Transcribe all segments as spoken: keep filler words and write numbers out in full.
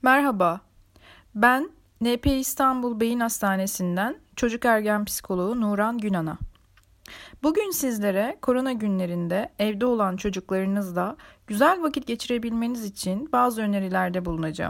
Merhaba, ben N P İstanbul Beyin Hastanesi'nden çocuk ergen psikoloğu Nuran Günan'a. Bugün sizlere korona günlerinde evde olan çocuklarınızla güzel vakit geçirebilmeniz için bazı önerilerde bulunacağım.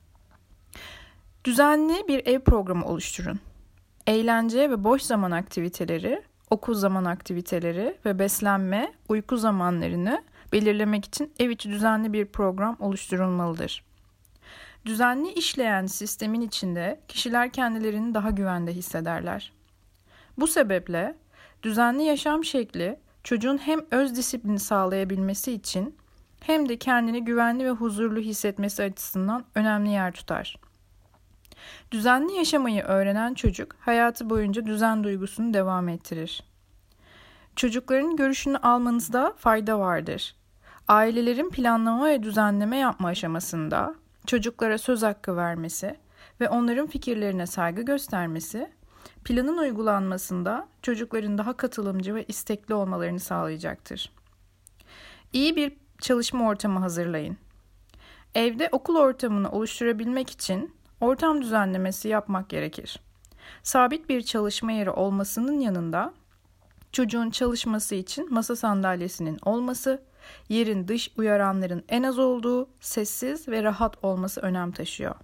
Düzenli bir ev programı oluşturun. Eğlence ve boş zaman aktiviteleri, okul zaman aktiviteleri ve beslenme, uyku zamanlarını belirlemek için ev içi düzenli bir program oluşturulmalıdır. Düzenli işleyen sistemin içinde kişiler kendilerini daha güvende hissederler. Bu sebeple düzenli yaşam şekli çocuğun hem öz disiplini sağlayabilmesi için hem de kendini güvenli ve huzurlu hissetmesi açısından önemli yer tutar. Düzenli yaşamayı öğrenen çocuk hayatı boyunca düzen duygusunu devam ettirir. Çocukların görüşünü almanızda fayda vardır. Ailelerin planlama ve düzenleme yapma aşamasında çocuklara söz hakkı vermesi ve onların fikirlerine saygı göstermesi, planın uygulanmasında çocukların daha katılımcı ve istekli olmalarını sağlayacaktır. İyi bir çalışma ortamı hazırlayın. Evde okul ortamını oluşturabilmek için ortam düzenlemesi yapmak gerekir. Sabit bir çalışma yeri olmasının yanında çocuğun çalışması için masa sandalyesinin olması, yerin dış uyaranların en az olduğu, sessiz ve rahat olması önem taşıyor.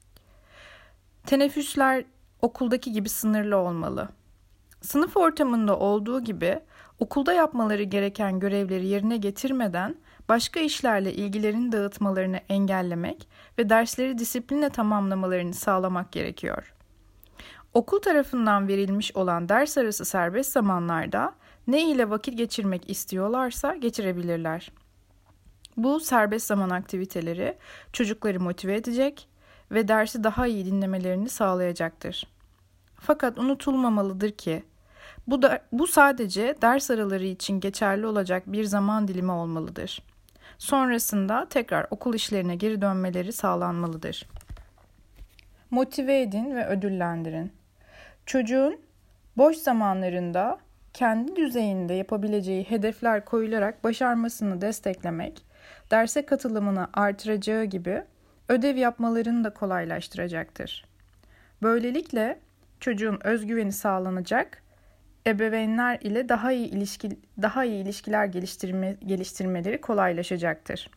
Teneffüsler okuldaki gibi sınırlı olmalı. Sınıf ortamında olduğu gibi okulda yapmaları gereken görevleri yerine getirmeden başka işlerle ilgilerini dağıtmalarını engellemek ve dersleri disiplinle tamamlamalarını sağlamak gerekiyor. Okul tarafından verilmiş olan ders arası serbest zamanlarda ne ile vakit geçirmek istiyorlarsa geçirebilirler. Bu serbest zaman aktiviteleri çocukları motive edecek ve dersi daha iyi dinlemelerini sağlayacaktır. Fakat unutulmamalıdır ki bu da, bu sadece ders araları için geçerli olacak bir zaman dilimi olmalıdır. Sonrasında tekrar okul işlerine geri dönmeleri sağlanmalıdır. Motive edin ve ödüllendirin. Çocuğun boş zamanlarında kendi düzeyinde yapabileceği hedefler koyularak başarmasını desteklemek, derse katılımını artıracağı gibi ödev yapmalarını da kolaylaştıracaktır. Böylelikle çocuğun özgüveni sağlanacak, ebeveynler ile daha iyi ilişki daha iyi ilişkiler geliştirme, geliştirmeleri kolaylaşacaktır.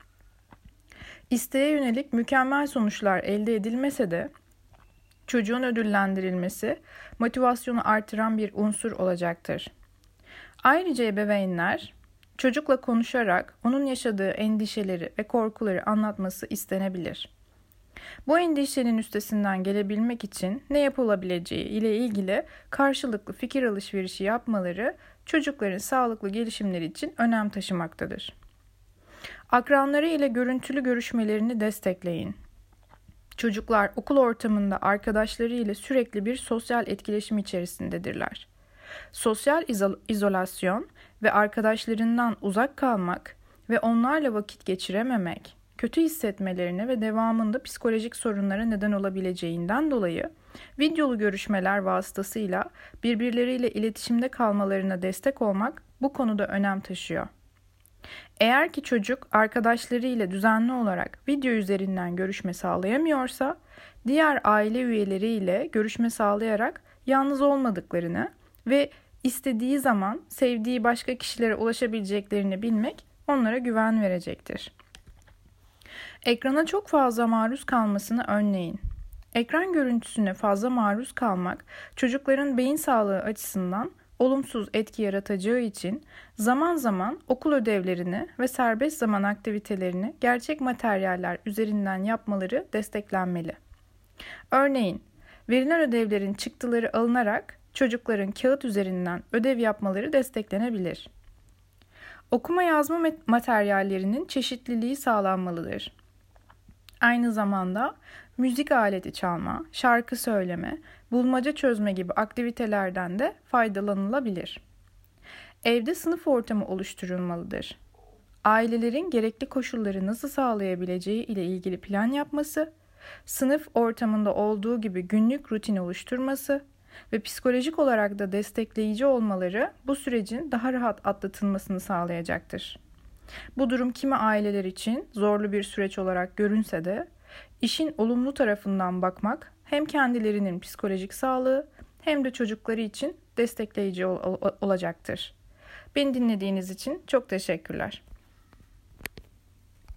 İsteğe yönelik mükemmel sonuçlar elde edilmese de çocuğun ödüllendirilmesi motivasyonu artıran bir unsur olacaktır. Ayrıca ebeveynler çocukla konuşarak onun yaşadığı endişeleri ve korkuları anlatması istenebilir. Bu endişenin üstesinden gelebilmek için ne yapılabileceği ile ilgili karşılıklı fikir alışverişi yapmaları çocukların sağlıklı gelişimleri için önem taşımaktadır. Akranları ile görüntülü görüşmelerini destekleyin. Çocuklar okul ortamında arkadaşları ile sürekli bir sosyal etkileşim içerisindedirler. Sosyal izol- izolasyon ve arkadaşlarından uzak kalmak ve onlarla vakit geçirememek, kötü hissetmelerine ve devamında psikolojik sorunlara neden olabileceğinden dolayı videolu görüşmeler vasıtasıyla birbirleriyle iletişimde kalmalarına destek olmak bu konuda önem taşıyor. Eğer ki çocuk arkadaşlarıyla düzenli olarak video üzerinden görüşme sağlayamıyorsa, diğer aile üyeleriyle görüşme sağlayarak yalnız olmadıklarını ve istediği zaman sevdiği başka kişilere ulaşabileceklerini bilmek onlara güven verecektir. Ekrana çok fazla maruz kalmasını önleyin. Ekran görüntüsüne fazla maruz kalmak çocukların beyin sağlığı açısından olumsuz etki yaratacağı için zaman zaman okul ödevlerini ve serbest zaman aktivitelerini gerçek materyaller üzerinden yapmaları desteklenmeli. Örneğin, verilen ödevlerin çıktıları alınarak çocukların kağıt üzerinden ödev yapmaları desteklenebilir. Okuma yazma materyallerinin çeşitliliği sağlanmalıdır. Aynı zamanda müzik aleti çalma, şarkı söyleme, bulmaca çözme gibi aktivitelerden de faydalanılabilir. Evde sınıf ortamı oluşturulmalıdır. Ailelerin gerekli koşulları nasıl sağlayabileceği ile ilgili plan yapması, sınıf ortamında olduğu gibi günlük rutin oluşturması ve psikolojik olarak da destekleyici olmaları bu sürecin daha rahat atlatılmasını sağlayacaktır. Bu durum kimi aileler için zorlu bir süreç olarak görünse de İşin olumlu tarafından bakmak hem kendilerinin psikolojik sağlığı hem de çocukları için destekleyici ol- ol- olacaktır. Beni dinlediğiniz için çok teşekkürler.